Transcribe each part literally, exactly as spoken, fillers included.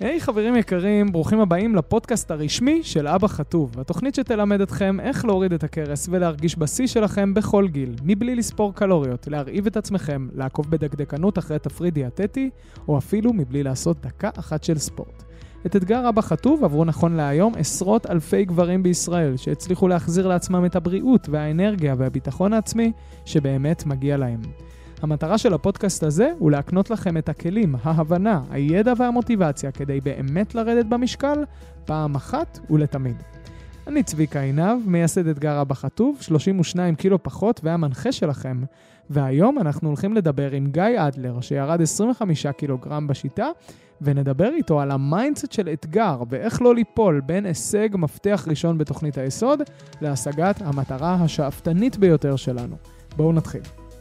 היי hey, חברים יקרים, ברוכים הבאים לפודקאסט הרשמי של אבא חטוב, התוכנית שתלמד אתכם איך להוריד את הקרס ולהרגיש בשיא שלכם בכל גיל, מבלי לספור קלוריות, להרעיב את עצמכם, לעקוב בדקדקנות אחרי תפריט דיאטטי, או אפילו מבלי לעשות דקה אחת של ספורט. את אתגר אבא חטוב עברו נכון להיום עשרות אלפי גברים בישראל שהצליחו להחזיר לעצמם את הבריאות והאנרגיה והביטחון העצמי שבאמת מגיע להם. המטרה של הפודקאסט הזה הוא להקנות לכם את הכלים, ההבנה, הידע והמוטיבציה כדי באמת לרדת במשקל פעם אחת ולתמיד. אני צביקה עינב, מייסד אתגר אבא חטוב, שלושים ושניים קילו פחות והמנחה שלכם. והיום אנחנו הולכים לדבר עם גיא אדלר שירד עשרים וחמישה קילוגרם בשיטה, ונדבר איתו על המיינדסט של אתגר ואיך לא ליפול בין הישג מפתח ראשון בתוכנית היסוד להשגת המטרה השאפתנית ביותר שלנו. בואו נתחיל.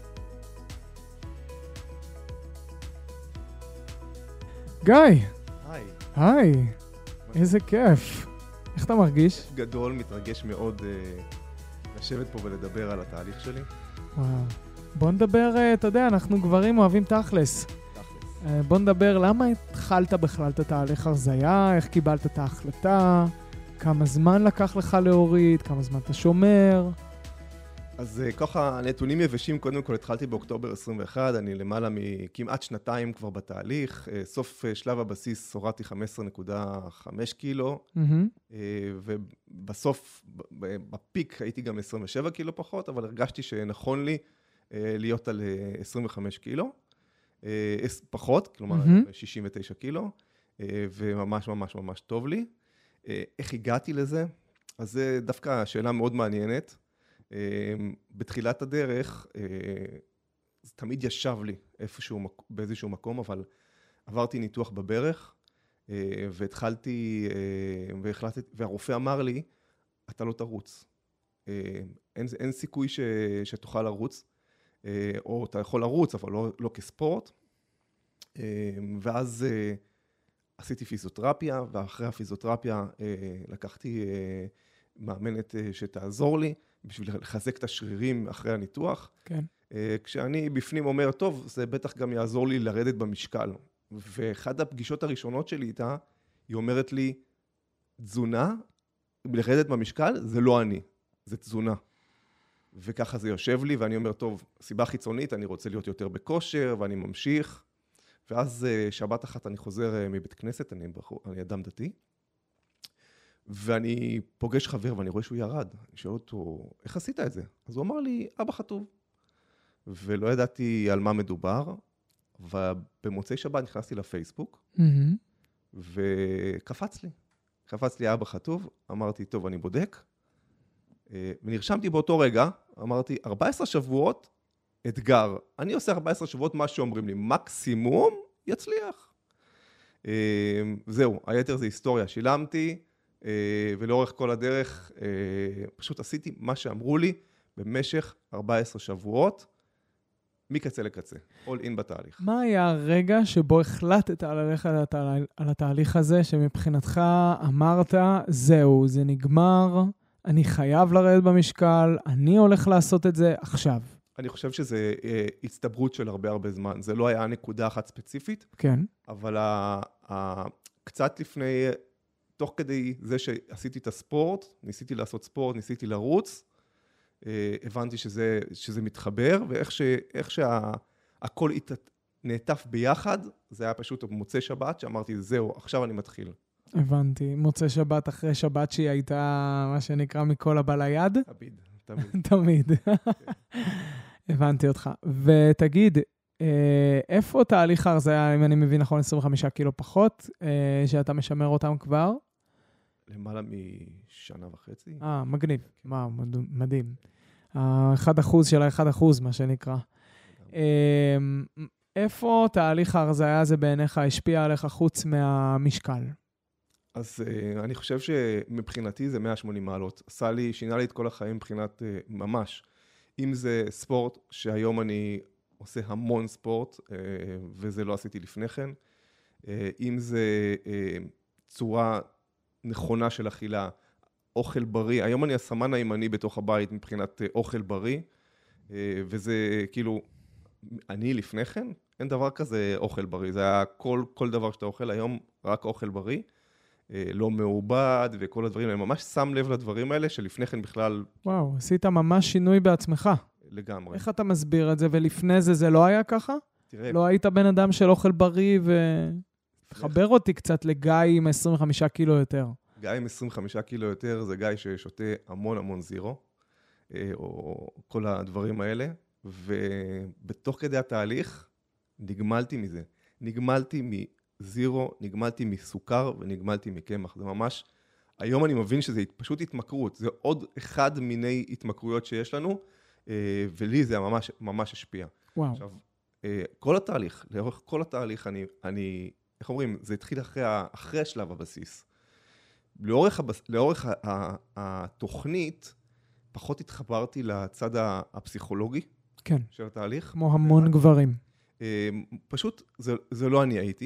גיא! היי. היי! איזה כיף. איך אתה מרגיש? גדול, מתרגש מאוד uh, לשבת פה ולדבר על התהליך שלי. וואו. בוא נדבר, uh, אתה יודע, אנחנו גברים אוהבים תכלס. תכלס. Uh, בוא נדבר, למה התחלת בכלל את התהליך הרזייה? איך קיבלת את ההחלטה? כמה זמן לקח לך להוריד? כמה זמן אתה שומר? אז uh, ככה, הנתונים יבשים, קודם כל התחלתי באוקטובר עשרים ואחת, אני למעלה מכמעט שנתיים כבר בתהליך, uh, סוף uh, שלב הבסיס הורדתי חמש עשרה נקודה חמש קילו, Mm-hmm. uh, ובסוף, בפיק הייתי גם עשרים ושבע קילו פחות, אבל הרגשתי שנכון לי uh, להיות על uh, עשרים וחמש קילו, uh, פחות, כלומר mm-hmm. שישים ותשע קילו, uh, וממש ממש ממש טוב לי. Uh, איך הגעתי לזה? אז זה דווקא שאלה מאוד מעניינת. בתחילת הדרך, זה תמיד ישב לי איפשהו, באיזשהו מקום, אבל עברתי ניתוח בברך, והתחלתי, והחלטתי, והרופא אמר לי, אתה לא תרוץ. אין, אין סיכוי ש, שתוכל לרוץ, או אתה יכול לרוץ, אבל לא, לא כספורט. ואז עשיתי פיזיותרפיה, ואחרי הפיזיותרפיה לקחתי מאמנת שתעזור לי, בשביל לחזק את השרירים אחרי הניתוח. כן. כשאני בפנים אומר, טוב, זה בטח גם יעזור לי לרדת במשקל. ואחת הפגישות הראשונות שלי איתה, היא אומרת לי, תזונה, לרדת במשקל, זה לא אני, זה תזונה. וככה זה יושב לי, ואני אומר, טוב, סיבה חיצונית, אני רוצה להיות יותר בכושר, ואני ממשיך. ואז שבת אחת אני חוזר מבית כנסת, אני, בחור, אני אדם דתי. ואני פוגש חבר ואני רואה שהוא ירד. אני שואל אותו, איך עשית את זה? אז הוא אמר לי, אבא חטוב. ולא ידעתי על מה מדובר, ובמוצאי שבת נכנסתי לפייסבוק, mm-hmm. וקפץ לי. קפץ לי אבא חטוב, אמרתי, טוב, אני בודק. ונרשמתי באותו רגע, אמרתי, ארבעה עשר שבועות, אתגר. אני עושה ארבעה עשר שבועות מה שאומרים לי, מקסימום יצליח. זהו, היתר זה היסטוריה. שילמתי, ולאורך כל הדרך פשוט עשיתי מה שאמרו לי במשך ארבעה עשר שבועות, מקצה לקצה, all in בתהליך. מה היה הרגע שבו החלטת ללכת על התהליך הזה, שמבחינתך אמרת, זהו, זה נגמר, אני חייב לרדת במשקל, אני הולך לעשות את זה עכשיו? אני חושב שזה הצטברות של הרבה הרבה זמן, זה לא היה נקודה אחת ספציפית, כן. אבל קצת לפני... תוך כדי זה שעשיתי את הספורט, ניסיתי לעשות ספורט, ניסיתי לרוץ, הבנתי שזה, שזה מתחבר, ואיך ש, איך שהכל נעטף ביחד, זה היה פשוט מוצא שבת, שאמרתי, זהו, עכשיו אני מתחיל. הבנתי, מוצא שבת אחרי שבת שהיא הייתה, מה שנקרא, מכל הבא ליד? תמיד, תמיד. תמיד. הבנתי אותך. ותגיד, איפה תהליך ההרזייה, אם אני מבין נכון, עשרים וחמישה קילו פחות, שאתה משמר אותם כבר? למעלה משנה וחצי. אה, מגניב. וואו, מדהים. האחד אחוז של האחד אחוז, מה שנקרא. איפה תהליך ההרזייה הזה בעיניך השפיע עליך חוץ מהמשקל? אז אני חושב שמבחינתי זה מאה ושמונים מעלות. עשה לי, שינה לי את כל החיים מבחינת ממש. אם זה ספורט, שהיום אני עושה המון ספורט, וזה לא עשיתי לפני כן. אם זה צורה נכונה של אכילה, אוכל בריא. היום אני הסמן הימני בתוך הבית מבחינת אוכל בריא, וזה כאילו, אני לפני כן, אין דבר כזה אוכל בריא, זה היה כל, כל דבר שאתה אוכל היום, רק אוכל בריא, לא מעובד וכל הדברים, אני ממש שם לב לדברים האלה, שלפני כן בכלל... וואו, עשית ממש שינוי בעצמך. לגמרי. איך אתה מסביר את זה, ולפני זה זה לא היה ככה? תראה... לא היית בן אדם של אוכל בריא, וחבר אותי קצת לגיא עם עשרים וחמישה קילו יותר. גיא עם עשרים וחמישה קילו יותר, זה גיא ששותה המון המון זירו, או כל הדברים האלה, ובתוך כדי התהליך נגמלתי מזה. נגמלתי מזירו, נגמלתי מסוכר ונגמלתי מקמח. זה ממש, היום אני מבין שזה פשוט התמכרות, זה עוד אחד מיני התמכרויות שיש לנו, ולי זה ממש, ממש השפיע. וואו. עכשיו, כל התהליך, לאורך כל התהליך, אני, אני, איך אומרים, זה התחיל אחרי, אחרי השלב הבסיס. לאורך, הבס, לאורך ה, ה, התוכנית, פחות התחברתי לצד הפסיכולוגי כן. של התהליך. כמו המון גברים. פשוט זה, זה לא אני הייתי,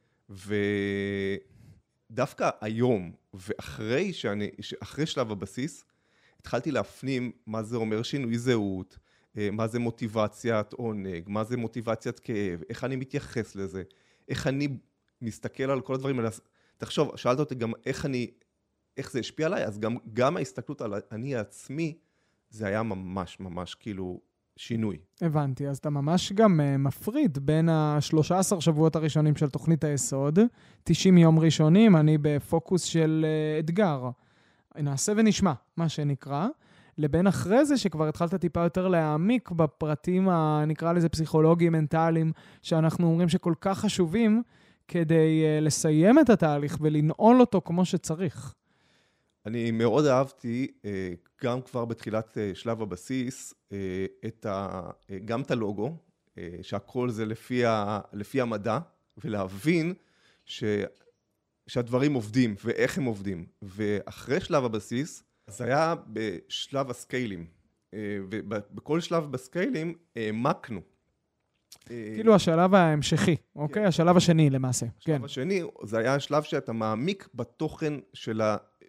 ודווקא היום, ואחרי שאני, אחרי שלב הבסיס, התחלתי להפנים מה זה אומר שינוי זהות, מה זה מוטיבציית עונג, מה זה מוטיבציית כאב, איך אני מתייחס לזה, איך אני מסתכל על כל הדברים האלה. תחשוב, שאלת אותי גם איך אני, איך זה השפיע עליי, אז גם, גם ההסתכלות על אני עצמי, זה היה ממש ממש כאילו שינוי. הבנתי, אז אתה ממש גם uh, מפריד בין ה-שלושה עשר שבועות הראשונים של תוכנית היסוד, תשעים יום ראשונים, אני בפוקוס של uh, אתגר. נעשה ונשמע, מה שנקרא, לבין אחרי זה שכבר התחלת טיפה יותר להעמיק בפרטים, ה, נקרא לזה פסיכולוגיים, מנטליים, שאנחנו אומרים שכל כך חשובים, כדי uh, לסיים את התהליך ולנעול אותו כמו שצריך. אני מאוד אהבתי, uh, גם כבר בתחילת uh, שלב הבסיס, uh, את ה, uh, גם את הלוגו, uh, שהכל זה לפי, ה, לפי המדע, ולהבין ש, שהדברים עובדים ואיך הם עובדים. ואחרי שלב הבסיס, זה היה בשלב הסקיילים, uh, ובכל שלב בסקיילים העמקנו. כאילו השלב ההמשכי, אוקיי? השלב השני למעשה. השלב השני, זה היה השלב שאתה מעמיק בתוכן של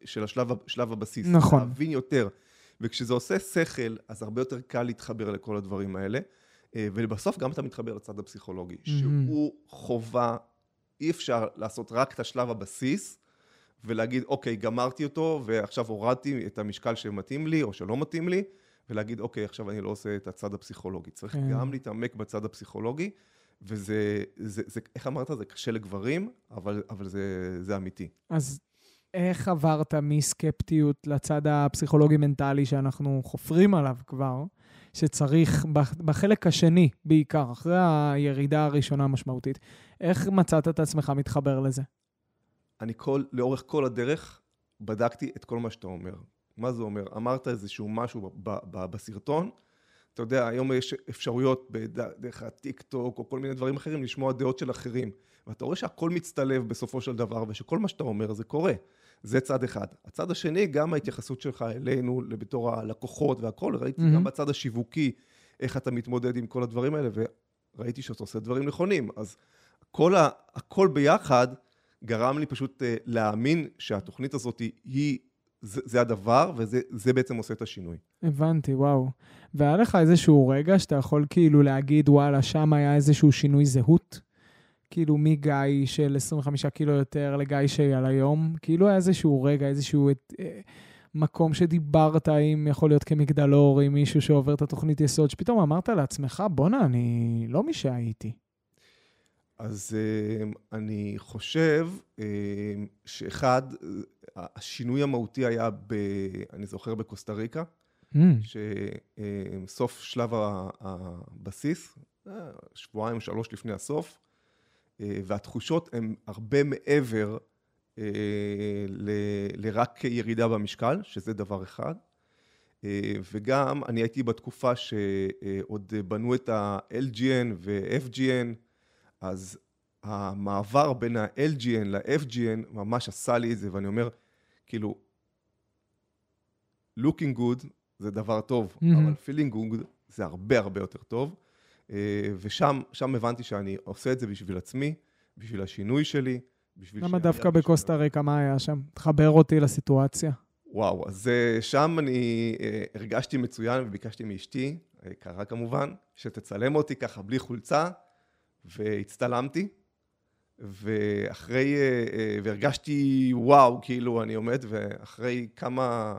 השלב הבסיס. נכון. להבין יותר. וכשזה עושה שכל, אז הרבה יותר קל להתחבר לכל הדברים האלה. ובסוף גם אתה מתחבר לצד הפסיכולוגי, שהוא חובה, אי אפשר לעשות רק את השלב הבסיס, ולהגיד, אוקיי, גמרתי אותו, ועכשיו הורדתי את המשקל שמתאים לי, או שלא מתאים לי, ולהגיד, אוקיי, עכשיו אני לא עושה את הצד הפסיכולוגי. צריך כן. גם להתעמק בצד הפסיכולוגי, וזה, זה, זה, איך אמרת? זה קשה לגברים, אבל, אבל זה, זה אמיתי. אז איך עברת מסקפטיות לצד הפסיכולוגי-מנטלי שאנחנו חופרים עליו כבר, שצריך בחלק השני בעיקר, אחרי הירידה הראשונה המשמעותית, איך מצאת את עצמך מתחבר לזה? אני כל, לאורך כל הדרך בדקתי את כל מה שאתה אומר. מה זה אומר? אמרת איזשהו משהו ב- ב- בסרטון, אתה יודע, היום יש אפשרויות בדרך הטיק טוק או כל מיני דברים אחרים, לשמוע דעות של אחרים, ואתה רואה שהכל מצטלב בסופו של דבר, ושכל מה שאתה אומר זה קורה. זה צד אחד. הצד השני, גם ההתייחסות שלך אלינו, בתור הלקוחות והכל, ראיתי mm-hmm. גם בצד השיווקי, איך אתה מתמודד עם כל הדברים האלה, וראיתי שאתה עושה דברים נכונים. אז כל ה- הכל ביחד גרם לי פשוט uh, להאמין שהתוכנית הזאת היא, זה, זה הדבר, וזה זה בעצם עושה את השינוי. הבנתי, וואו. והיה לך איזשהו רגע שאתה יכול כאילו להגיד, וואלה, שם היה איזשהו שינוי זהות? כאילו מגיא של עשרים וחמישה קילו יותר לגיא שעל היום? כאילו היה איזשהו רגע, איזשהו את, אה, מקום שדיברת עם, יכול להיות כמגדלור, עם מישהו שעובר את התוכנית יסוד, שפתאום אמרת לעצמך, בונה, אני לא מי שהייתי. אז אני חושב שאחד, השינוי המהותי היה, ב, אני זוכר, בקוסטה ריקה, mm. שסוף שלב הבסיס, שבועיים, שלוש לפני הסוף, והתחושות הן הרבה מעבר ל, לרק ירידה במשקל, שזה דבר אחד. וגם אני הייתי בתקופה שעוד בנו את ה-אל ג'י אן ו-אף ג'י אן, אז המעבר בין ה-אל ג'י אן ל-אף ג'י אן ממש עשה לי את זה, ואני אומר, כאילו, looking good זה דבר טוב, mm-hmm. אבל feeling good זה הרבה הרבה יותר טוב, ושם שם הבנתי שאני עושה את זה בשביל עצמי, בשביל השינוי שלי, בשביל... למה דווקא בקוסטה ריקה, מה היה שם? תחבר אותי לסיטואציה. וואו, אז שם אני הרגשתי מצוין וביקשתי מאשתי, קרה כמובן, שתצלם אותי ככה בלי חולצה, והצטלמתי, ואחרי, והרגשתי וואו, כאילו אני עומד, ואחרי כמה,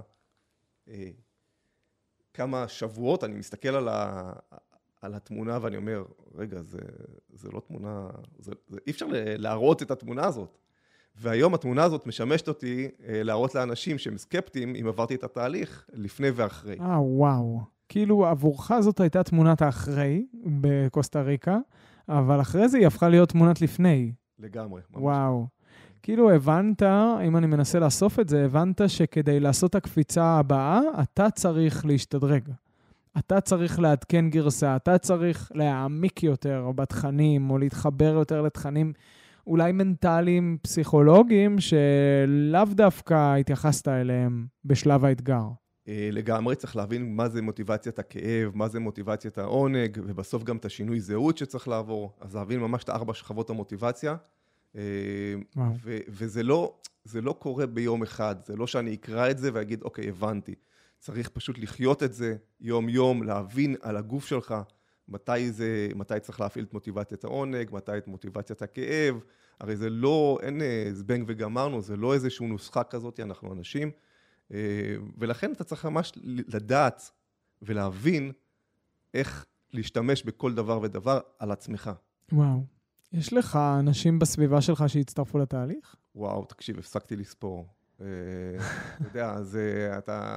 כמה שבועות אני מסתכל על, ה, על התמונה ואני אומר, רגע, זה, זה לא תמונה, זה, זה, אי אפשר להראות את התמונה הזאת. והיום התמונה הזאת משמשת אותי להראות לאנשים שהם סקפטיים, אם עברתי את התהליך, לפני ואחרי. אה, וואו. כאילו עבורך זאת הייתה תמונת האחרי בקוסטה ריקה, אבל אחרי זה היא הפכה להיות תמונת לפני. לגמרי. וואו. כאילו הבנת, אם אני מנסה לאסוף את זה, הבנת שכדי לעשות את הקפיצה הבאה, אתה צריך להשתדרג. אתה צריך לעדכן גרסה, אתה צריך להעמיק יותר בתכנים, או להתחבר יותר לתכנים אולי מנטליים, פסיכולוגיים, שלאו דווקא התייחסת אליהם בשלב האתגר. לגמרי צריך להבין מה זה מוטיבציית הכאב, מה זה מוטיבציית העונג, ובסוף גם את השינוי זהות שצריך לעבור. אז להבין ממש את ארבע שכבות המוטיבציה. ו- וזה לא, זה לא קורה ביום אחד. זה לא שאני אקרא את זה ואגיד, אוקיי, הבנתי. צריך פשוט לחיות את זה יום יום, להבין על הגוף שלך, מתי זה, מתי צריך להפעיל את מוטיבציית העונג, מתי את מוטיבציית הכאב. הרי זה לא, אין זבנג וגמרנו, זה לא איזשהו נוסחה כזאת, אנחנו אנשים. ולכן אתה צריך ממש לדעת ולהבין איך להשתמש בכל דבר ודבר על עצמך. וואו. יש לך אנשים בסביבה שלך שהצטרפו לתהליך? וואו, תקשיב, הפסקתי לספור. אתה יודע, אז אתה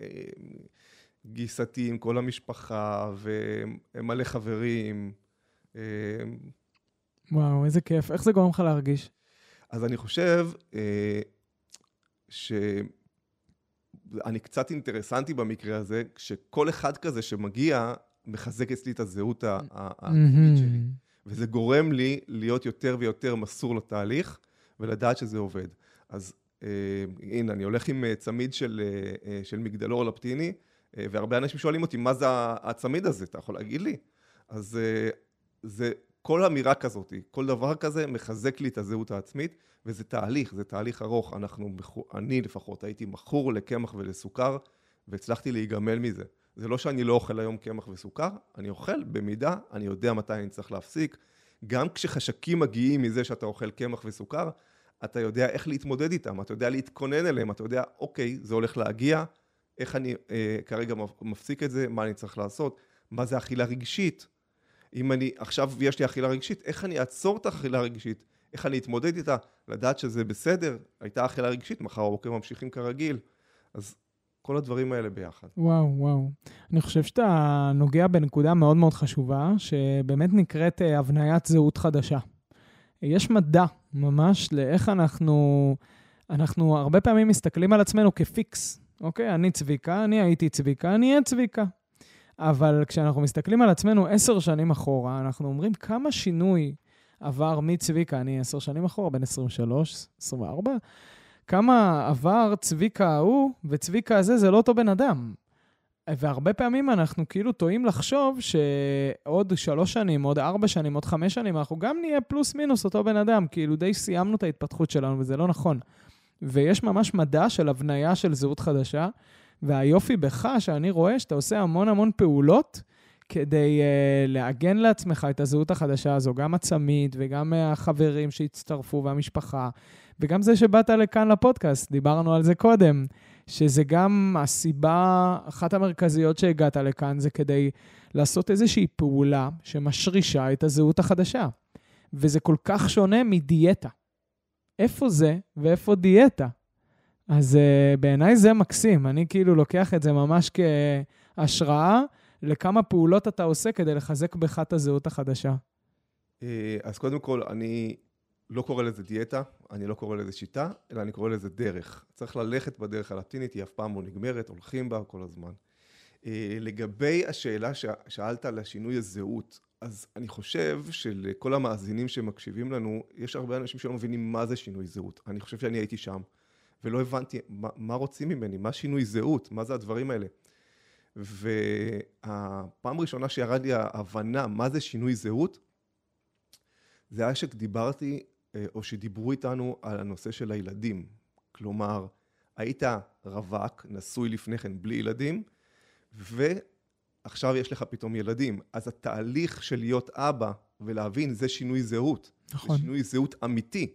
גיסתי עם כל המשפחה ומלא חברים. וואו, איזה כיף. איך זה גורם לך להרגיש? אז אני חושב ש... אני קצת אינטרסנטי במקרה הזה, שכל אחד כזה שמגיע, מחזק אצלי את הזהות העצמית שלי. וזה גורם לי להיות יותר ויותר מסור לתהליך, ולדעת שזה עובד. אז אה, הנה, אני הולך עם צמיד של, אה, של מגדלור לפטיני, אה, והרבה אנשים שואלים אותי, מה זה הצמיד הזה? אתה יכול להגיד לי? אז אה, זה כל אמירה כזאת, כל דבר כזה מחזק לי את הזהות העצמית, וזה תהליך, זה תהליך ארוך. אנחנו, אני לפחות, הייתי מכור לקמח ולסוכר, והצלחתי להיגמל מזה. זה לא שאני לא אוכל היום קמח וסוכר, אני אוכל במידה, אני יודע מתי אני צריך להפסיק. גם כשחשקים מגיעים מזה שאתה אוכל קמח וסוכר, אתה יודע איך להתמודד איתם, אתה יודע להתכונן אליהם, אתה יודע, אוקיי, זה הולך להגיע, איך אני אה, כרגע מפסיק את זה, מה אני צריך לעשות, מה זה אכילה רגשית. אם אני, עכשיו יש לי אכילה רגשית, איך אני אעצור את האכילה רגשית, איך אני אתמודד איתה, לדעת שזה בסדר, הייתה אכילה רגשית, מחר בבוקר ממשיכים כרגיל. אז כל הדברים האלה ביחד. וואו, וואו. אני חושב שאתה נוגע בנקודה מאוד מאוד חשובה, שבאמת נקראת הבניית זהות חדשה. יש מדע ממש לאיך אנחנו, אנחנו הרבה פעמים מסתכלים על עצמנו כפיקס. אוקיי? אני צביקה, אני הייתי צביקה, אני אהיה צביקה. אבל כשאנחנו מסתכלים על עצמנו עשר שנים אחורה, אנחנו אומרים כמה שינוי עבר מצביקה, אני עשר שנים אחורה, בין עשרים ושלוש, עשרים וארבע, כמה עבר צביקה ההוא, וצביקה הזה זה לא אותו בן אדם. והרבה פעמים אנחנו כאילו טועים לחשוב שעוד שלוש שנים, עוד ארבע שנים, עוד חמש שנים, אנחנו גם נהיה פלוס מינוס אותו בן אדם, כאילו די סיימנו את ההתפתחות שלנו, וזה לא נכון. ויש ממש מדע של הבניה של זהות חדשה, והיופי בך שאני רואה שאתה עושה המון המון פעולות, כדי uh, לעגן לעצמך את הזהות החדשה הזו, גם הצמיד וגם החברים שהצטרפו והמשפחה, וגם זה שבאת לכאן לפודקאסט, דיברנו על זה קודם, שזה גם הסיבה, אחת המרכזיות שהגעת לכאן, זה כדי לעשות איזושהי פעולה שמשרישה את הזהות החדשה. וזה כל כך שונה מדיאטה. איפה זה ואיפה דיאטה? אז uh, בעיניי זה מקסים, אני כאילו לוקח את זה ממש כהשראה, לכמה פעולות אתה עושה כדי לחזק בך את הזהות החדשה. אז קודם כל, אני לא קורא לזה דיאטה, אני לא קורא לזה שיטה, אלא אני קורא לזה דרך. צריך ללכת בדרך הלפטינית, היא אף פעם לא נגמרת, הולכים בה כל הזמן. לגבי השאלה ששאלת על השינוי הזהות, אז אני חושב שלכל המאזינים שמקשיבים לנו, יש הרבה אנשים שלא מבינים מה זה שינוי זהות. אני חושב שאני הייתי שם, ולא הבנתי מה, מה רוצים ממני, מה שינוי זהות, מה זה הדברים האלה. והפעם הראשונה שירד לי ההבנה מה זה שינוי זהות, זה היה שדיברתי או שדיברו איתנו על הנושא של הילדים. כלומר, היית רווק, נשוי לפני כן בלי ילדים, ועכשיו יש לך פתאום ילדים. אז התהליך של להיות אבא ולהבין, זה שינוי זהות. נכון. זה שינוי זהות אמיתי.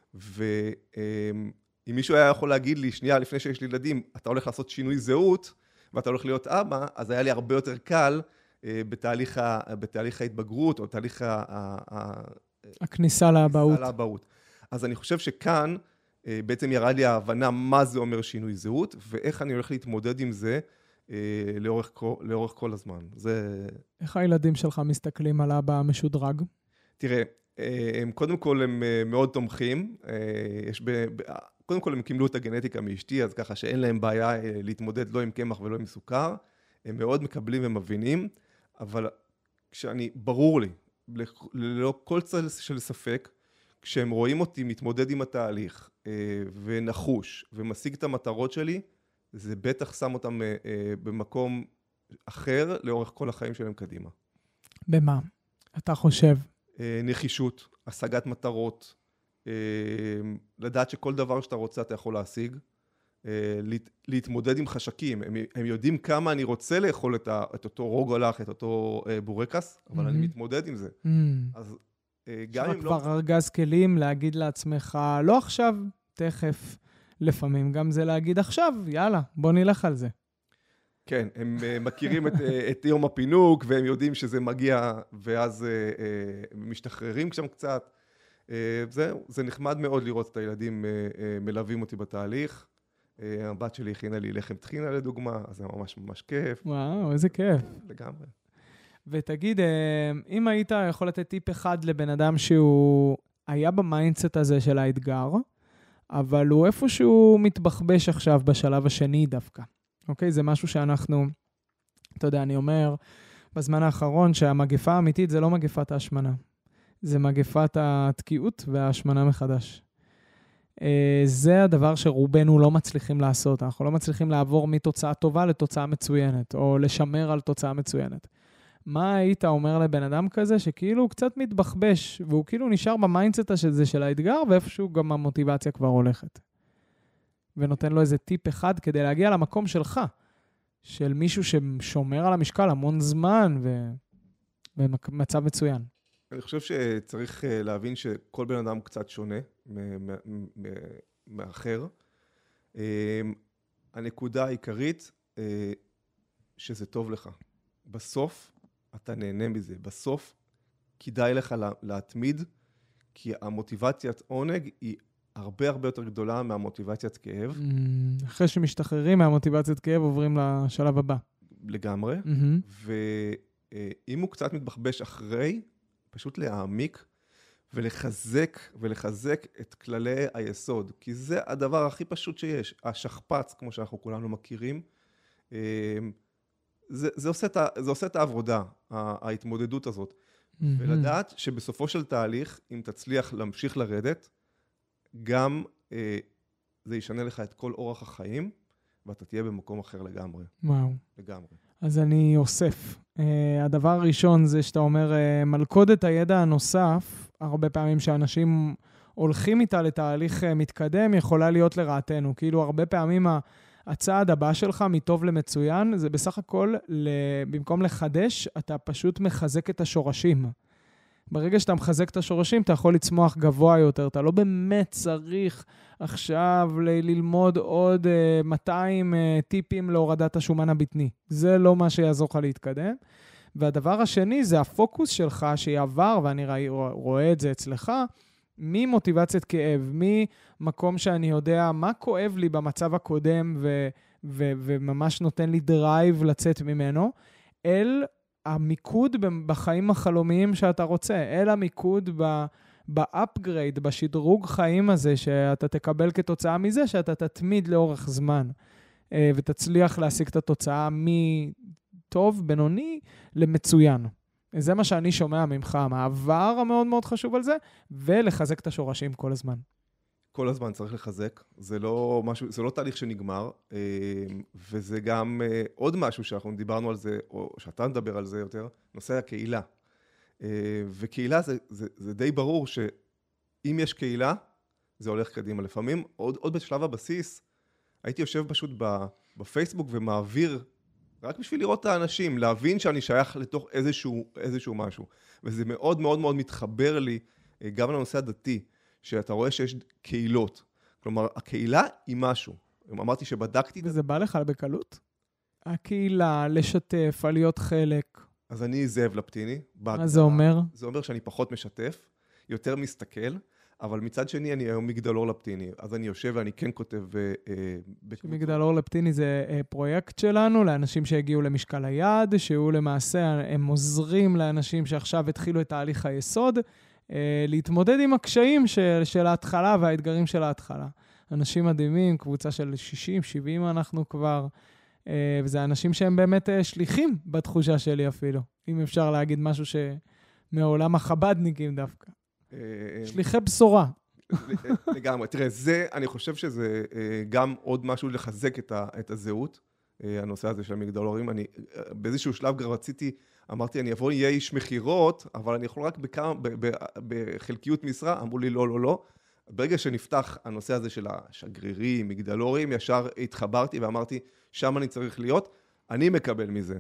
ואם מישהו היה יכול להגיד לי, שנייה, לפני שיש לי ילדים, אתה הולך לעשות שינוי זהות, ואתה הולך להיות אבא, אז היה לי הרבה יותר קל בתהליך, ה, בתהליך ההתבגרות, או בתהליך ה, ה, הכניסה לאבהות. לאבהות. אז אני חושב שכאן בעצם ירד לי ההבנה מה זה אומר שינוי זהות, ואיך אני הולך להתמודד עם זה לאורך, לאורך כל הזמן. זה... איך הילדים שלך מסתכלים על אבא המשודרג? תראה, הם, קודם כל הם מאוד תומכים. יש ב... קודם כל הם קיבלו את הגנטיקה מאשתי, אז ככה שאין להם בעיה להתמודד לא עם קמח ולא עם סוכר. הם מאוד מקבלים ומבינים, אבל כשאני, ברור לי, ללא כל צל של ספק, כשהם רואים אותי מתמודד עם התהליך ונחוש ומשיג את המטרות שלי, זה בטח שם אותם במקום אחר לאורך כל החיים שלהם קדימה. במה? אתה חושב? נחישות, השגת מטרות, לדעת שכל דבר שאתה רוצה אתה יכול להשיג, להתמודד עם חשקים. הם, הם יודעים כמה אני רוצה לאכול את, ה, את אותו רוג הולך, את אותו בורקס, אבל mm-hmm. אני מתמודד עם זה. Mm-hmm. אז גם אם לא... כבר ארגז כלים להגיד לעצמך, לא עכשיו, תכף, לפעמים גם זה להגיד עכשיו, יאללה, בוא נלך על זה. כן, הם מכירים את, את יום הפינוק, והם יודעים שזה מגיע, ואז הם משתחררים שם קצת. זהו, זה נחמד מאוד לראות את הילדים מלווים אותי בתהליך. הבת שלי הכינה לי לחם טחינה לדוגמה, אז זה ממש ממש כיף. וואו, איזה כיף. לגמרי. ותגיד, אם היית יכול לתת טיפ אחד לבן אדם שהוא היה במיינדסט הזה של האתגר, אבל הוא איפשהו מתבחבש עכשיו בשלב השני דווקא. אוקיי? זה משהו שאנחנו, אתה יודע, אני אומר בזמן האחרון שהמגפה האמיתית זה לא מגפת ההשמנה. זה מגפת התקיעות וההשמנה מחדש. זה הדבר שרובנו לא מצליחים לעשות. אנחנו לא מצליחים לעבור מתוצאה טובה לתוצאה מצוינת, או לשמר על תוצאה מצוינת. מה היית אומר לבן אדם כזה שכאילו הוא קצת מתבחבש, והוא כאילו נשאר במיינדסט הזה של האתגר, ואיפשהו גם המוטיבציה כבר הולכת. ונותן לו איזה טיפ אחד כדי להגיע למקום שלך, של מישהו ששומר על המשקל המון זמן, ובמצב מצוין. אני חושב שצריך להבין שכל בן אדם קצת שונה מאחר. הנקודה העיקרית שזה טוב לך. בסוף אתה נהנה מזה. בסוף כדאי לך להתמיד, כי המוטיבציית עונג היא הרבה הרבה יותר גדולה מהמוטיבציית כאב. אחרי שמשתחררים מהמוטיבציית כאב עוברים לשלב הבא. לגמרי. ואם הוא קצת מתבחבש אחרי, פשוט להעמיק ולחזק ולחזק את כללי היסוד, כי זה הדבר הכי פשוט שיש. השכפ"ץ, כמו שאנחנו כולנו מכירים, זה, זה, עושה, זה עושה את העבודה, ההתמודדות הזאת. Mm-hmm. ולדעת שבסופו של תהליך, אם תצליח להמשיך לרדת, גם אה, זה ישנה לך את כל אורח החיים, ואתה תהיה במקום אחר לגמרי. וואו. לגמרי. אז אני אוסף. Uh, הדבר הראשון זה שאתה אומר, uh, מלכודת הידע הנוסף, הרבה פעמים שאנשים הולכים איתה לתהליך uh, מתקדם, יכולה להיות לרעתנו. כאילו הרבה פעמים הצעד הבא שלך מטוב למצוין, זה בסך הכל, במקום לחדש, אתה פשוט מחזק את השורשים. ברגע שאתה מחזק את השורשים, אתה יכול לצמוח גבוה יותר. אתה לא באמת צריך עכשיו ל- ללמוד עוד uh, מאתיים uh, טיפים להורדת השומן הבטני. זה לא מה שיעזור לך להתקדם. והדבר השני זה הפוקוס שלך שיעבר, ואני רוא, רואה את זה אצלך, ממוטיבציית כאב, ממקום שאני יודע מה כואב לי במצב הקודם, ו- ו- וממש נותן לי דרייב לצאת ממנו, אל המיקוד בחיים החלומיים שאתה רוצה, אל המיקוד ב... באפגרייד, בשדרוג חיים הזה, שאתה תקבל כתוצאה מזה, שאתה תתמיד לאורך זמן, ותצליח להשיג את התוצאה מטוב, בינוני, למצוין. זה מה שאני שומע ממך, המעבר המאוד מאוד חשוב על זה, ולחזק את השורשים כל הזמן. כל הזמן צריך לחזק, זה לא משהו, זה לא תהליך שנגמר, וזה גם עוד משהו שאנחנו דיברנו על זה, או שאתה מדבר על זה יותר, נושא הקהילה. וקהילה זה, זה, זה די ברור שאם יש קהילה, זה הולך קדימה. לפעמים, עוד, עוד בשלב הבסיס, הייתי יושב פשוט בפייסבוק ומעביר רק בשביל לראות את האנשים, להבין שאני שייך לתוך איזשהו, איזשהו משהו. וזה מאוד מאוד מאוד מתחבר לי, גם לנושא הדתי, שאתה רואה שיש קהילות. כלומר, הקהילה היא משהו. אמרתי שבדקתי... וזה בא לך בקלות? הקהילה, לשתף, להיות חלק. אז אני זאב לפטיני. מה זה אומר? זה אומר שאני פחות משתף, יותר מסתכל, אבל מצד שני אני היום מגדלור לפטיני. אז אני יושב ואני כן כותב בקבוצות. מגדלור לפטיני זה פרויקט שלנו, לאנשים שהגיעו למשקל היעד, שהוא למעשה, הם עוזרים לאנשים שעכשיו התחילו את תהליך היסוד, להתמודד עם הקשיים של, של ההתחלה והאתגרים של ההתחלה. אנשים מדהימים, קבוצה של שישים שבעים אנחנו כבר, וזה אנשים שהם באמת שליחים בתחושה שלי אפילו, אם אפשר להגיד משהו שמעולם החבדניקים דווקא. שליחי בשורה. לגמרי. תראה, זה, אני חושב שזה גם עוד משהו לחזק את הזהות, הנושא הזה של המגדלורים. אני באיזשהו שלב כבר רציתי, אמרתי, אני אבוא, יהיה איש מחירות, אבל אני יכול רק בכמה, בחלקיות משרה, אמרו לי, לא, לא, לא. ברגע שנפתח הנושא הזה של השגרירים, מגדלורים, ישר התחברתי ואמרתי, שם אני צריך להיות, אני מקבל מזה.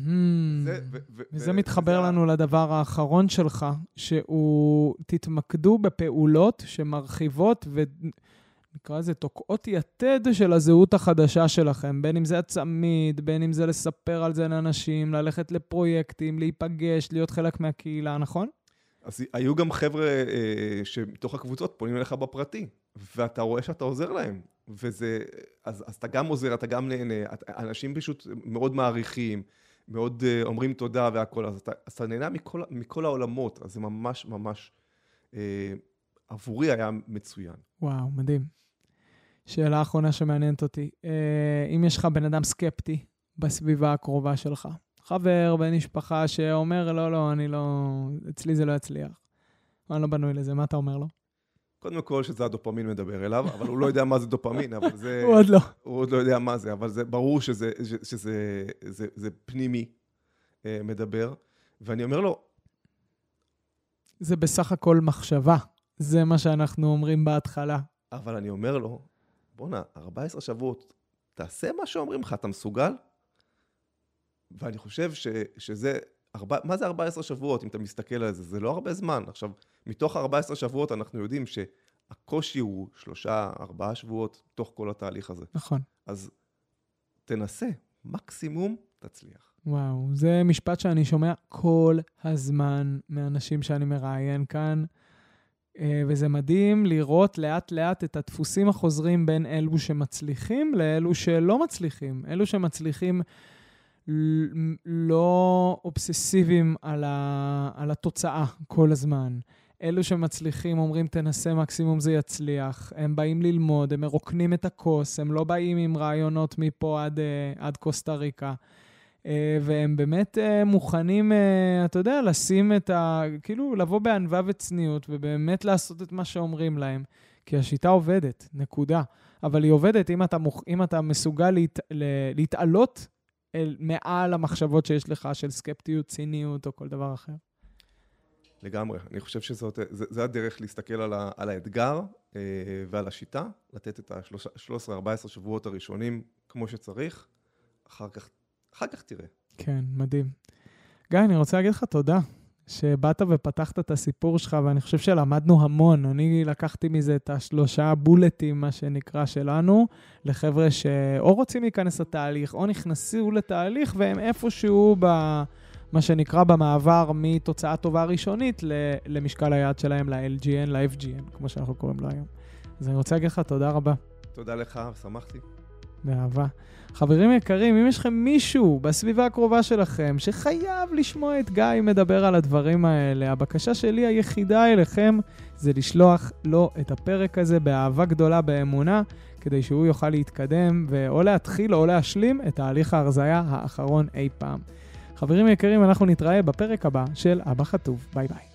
וזה מתחבר לנו לדבר האחרון שלך, שהוא תתמקדו בפעולות שמרחיבות ונקרא לזה תוקעות יתד של הזהות החדשה שלכם, בין אם זה הצמיד, בין אם זה לספר על זה לאנשים, ללכת לפרויקטים, להיפגש, להיות חלק מהקהילה, נכון? אז היו גם חבר'ה אה, שמתוך הקבוצות פונים אליך בפרטי, ואתה רואה שאתה עוזר להם, וזה, אז, אז אתה גם עוזר, אתה גם נהנה, אנשים פשוט מאוד מעריכים, מאוד אה, אומרים תודה והכל, אז אתה, אז אתה נהנה מכל, מכל העולמות, אז זה ממש ממש, אה, עבורי היה מצוין. וואו, מדהים. שאלה האחרונה שמעניינת אותי, אה, אם יש לך בן אדם סקפטי בסביבה הקרובה שלך, חבר, בן משפחה שאומר, לא, לא, אני לא, אצלי זה לא יצליח. אני לא בנוי לזה, מה אתה אומר לו? קודם כל שזה הדופמין מדבר אליו, אבל הוא לא יודע מה זה דופמין, אבל זה... הוא עוד לא. הוא עוד לא יודע מה זה, אבל זה ברור שזה, שזה, זה, זה פנימי מדבר, ואני אומר לו... זה בסך הכל מחשבה, זה מה שאנחנו אומרים בהתחלה. אבל אני אומר לו, בונה, ארבעה עשר שבועות, תעשה מה שאומרים לך, אתה מסוגל? ואני חושב ש, שזה, ארבע, מה זה ארבעה עשר שבועות אם אתה מסתכל על זה? זה לא הרבה זמן. עכשיו, מתוך ארבעה עשר שבועות אנחנו יודעים שהקושי הוא שלושה, ארבעה שבועות תוך כל התהליך הזה. נכון. אז תנסה, מקסימום תצליח. וואו, זה משפט שאני שומע כל הזמן מאנשים שאני מראיין כאן, וזה מדהים לראות לאט לאט את הדפוסים החוזרים בין אלו שמצליחים לאלו שלא מצליחים. אלו שמצליחים לא אובססיביים על, ה, על התוצאה כל הזמן. אלו שמצליחים אומרים תנסה מקסימום זה יצליח. הם באים ללמוד, הם מרוקנים את הכוס, הם לא באים עם רעיונות מפה עד, עד קוסטה ריקה. והם באמת מוכנים, אתה יודע, לשים את ה... כאילו לבוא בענווה וצניעות ובאמת לעשות את מה שאומרים להם. כי השיטה עובדת, נקודה. אבל היא עובדת אם אתה, מוכ... אם אתה מסוגל להת... להתעלות אל מעל המחשבות שיש לך של סקפטיות, ציניות או כל דבר אחר. לגמרי. אני חושב שזאת, זה, זה הדרך להסתכל על, ה, על האתגר אה, ועל השיטה, לתת את ה-שלושה עשר ארבע עשרה שבועות הראשונים כמו שצריך, אחר כך, אחר כך תראה. כן, מדהים. גיא, אני רוצה להגיד לך תודה שבאת ופתחת את הסיפור שלך, ואני חושב שלמדנו המון. אני לקחתי מזה את השלושה בולטים, מה שנקרא שלנו, לחבר'ה שאו רוצים להיכנס לתהליך, או נכנסו לתהליך, והם איפשהו ב... מה שנקרא במעבר מתוצאה טובה ראשונית למשקל היעד שלהם, ל-אל ג'י אן, ל-אף ג'י אן, כמו שאנחנו קוראים לו היום. אז אני רוצה להגיד לך תודה רבה. תודה לך, שמחתי. באהבה. חברים יקרים, אם יש לכם מישהו בסביבה הקרובה שלכם שחייב לשמוע את גיא מדבר על הדברים האלה, הבקשה שלי היחידה אליכם זה לשלוח לו את הפרק הזה באהבה גדולה באמונה, כדי שהוא יוכל להתקדם ואו להתחיל או להשלים את תהליך ההרזיה האחרון אי פעם. חברים יקרים, אנחנו נתראה בפרק הבא של אבא חטוב. ביי ביי.